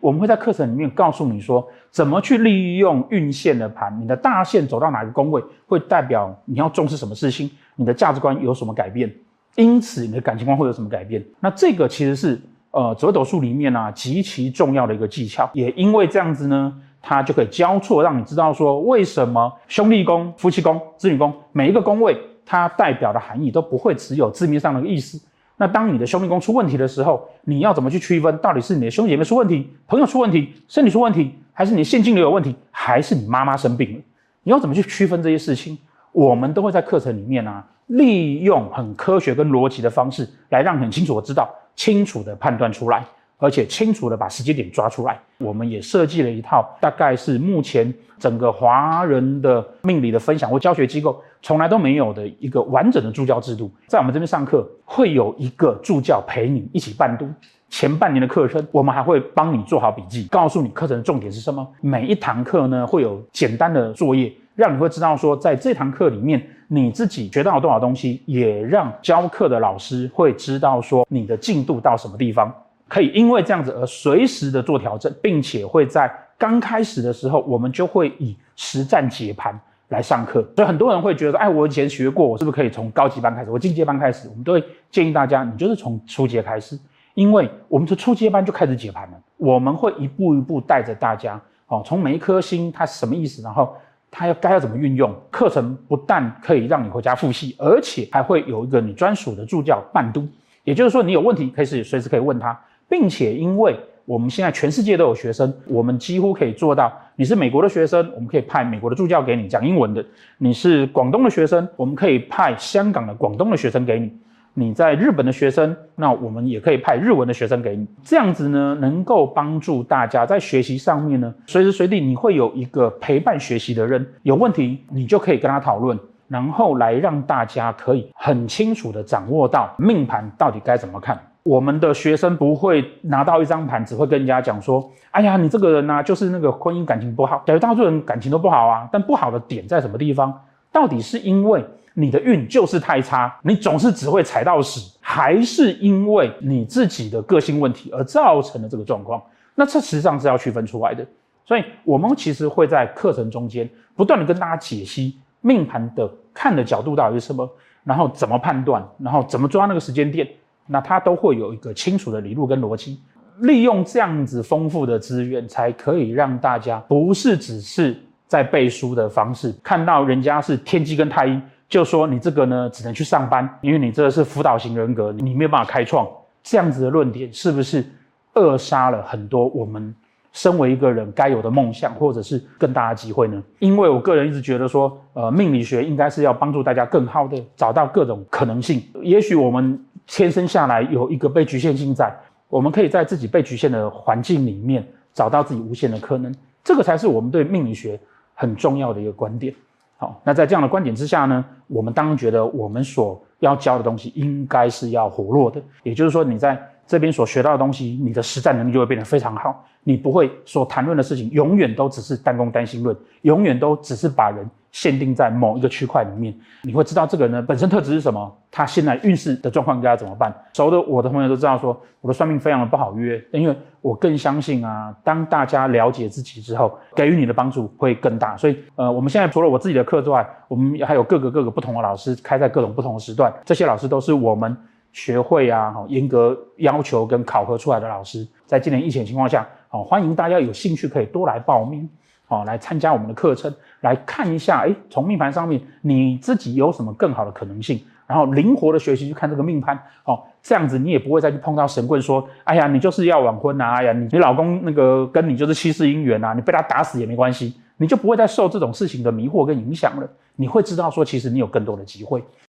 我们会在课程里面告诉你说，怎么去利用运线的盘，你的大线走到哪个宫位，会代表你要重视什么事情，你的价值观有什么改变，因此你的感情观会有什么改变。那这个其实是紫微斗数里面极其重要的一个技巧，也因为这样子呢，它就可以交错，让你知道说为什么兄弟宫、夫妻宫、子女宫每一个宫位它代表的含义都不会只有字面上的意思。那当你的兄弟宫出问题的时候，你要怎么去区分到底是你的兄弟姐妹出问题，朋友出问题，身体出问题，还是你的现金流有问题，还是你妈妈生病了？你要怎么去区分这些事情？我们都会在课程里面利用很科学跟逻辑的方式来让你很清楚的知道，清楚的判断出来，而且清楚的把时间点抓出来。我们也设计了一套大概是目前整个华人的命理的分享或教学机构从来都没有的一个完整的助教制度。在我们这边上课会有一个助教陪你一起伴读前半年的课程，我们还会帮你做好笔记，告诉你课程的重点是什么。每一堂课呢会有简单的作业，让你会知道说在这堂课里面你自己学到了多少东西，也让教课的老师会知道说你的进度到什么地方，可以因为这样子而随时的做调整，并且会在刚开始的时候我们就会以实战解盘来上课。所以很多人会觉得说，我以前学过，我是不是可以从高级班开始，我进阶班开始？我们都会建议大家你就是从初阶开始，因为我们从初阶班就开始解盘了，我们会一步一步带着大家从每一颗星它是什么意思，然后它该要怎么运用。课程不但可以让你回家复习，而且还会有一个你专属的助教伴读，也就是说你有问题可以随时可以问他，并且因为我们现在全世界都有学生，我们几乎可以做到，你是美国的学生，我们可以派美国的助教给你讲英文的；你是广东的学生，我们可以派香港的广东的学生给你；你在日本的学生，那我们也可以派日文的学生给你。这样子呢，能够帮助大家在学习上面呢，随时随地你会有一个陪伴学习的人，有问题你就可以跟他讨论，然后来让大家可以很清楚的掌握到命盘到底该怎么看。我们的学生不会拿到一张盘只会跟人家讲说，哎呀你这个人就是那个婚姻感情不好，大多数人感情都不好啊，但不好的点在什么地方？到底是因为你的运就是太差，你总是只会踩到屎，还是因为你自己的个性问题而造成的这个状况？那这实际上是要区分出来的。所以我们其实会在课程中间不断的跟大家解析命盘的看的角度到底是什么，然后怎么判断，然后怎么抓那个时间点，那它都会有一个清楚的理路跟逻辑。利用这样子丰富的资源，才可以让大家不是只是在背书的方式，看到人家是天机跟太阴，就说你这个呢只能去上班，因为你这个是辅导型人格，你没有办法开创。这样子的论点是不是扼杀了很多我们身为一个人该有的梦想，或者是更大的机会呢？因为我个人一直觉得说，命理学应该是要帮助大家更好的找到各种可能性。也许我们天生下来有一个被局限性在，我们可以在自己被局限的环境里面找到自己无限的可能，这个才是我们对命理学很重要的一个观点。好，那在这样的观点之下呢，我们当然觉得我们所要教的东西应该是要活络的，也就是说你在这边所学到的东西，你的实战能力就会变得非常好，你不会所谈论的事情永远都只是单攻单心论，永远都只是把人限定在某一个区块里面。你会知道这个人呢本身特质是什么，他现在运势的状况应该要怎么办。熟的我的朋友都知道说，我的算命非常的不好约，因为我更相信当大家了解自己之后，给予你的帮助会更大。所以我们现在除了我自己的课之外，我们还有各个不同的老师开在各种不同的时段，这些老师都是我们学会严格要求跟考核出来的老师。在今年疫情情况下，欢迎大家有兴趣可以多来报名，来参加我们的课程，来看一下从命盘上面你自己有什么更好的可能性，然后灵活的学习去看这个命盘，这样子你也不会再去碰到神棍说，哎呀你就是要晚婚啊，哎呀你老公那个跟你就是七世姻缘啊，你被他打死也没关系，你就不会再受这种事情的迷惑跟影响了。你会知道说其实你有更多的机会。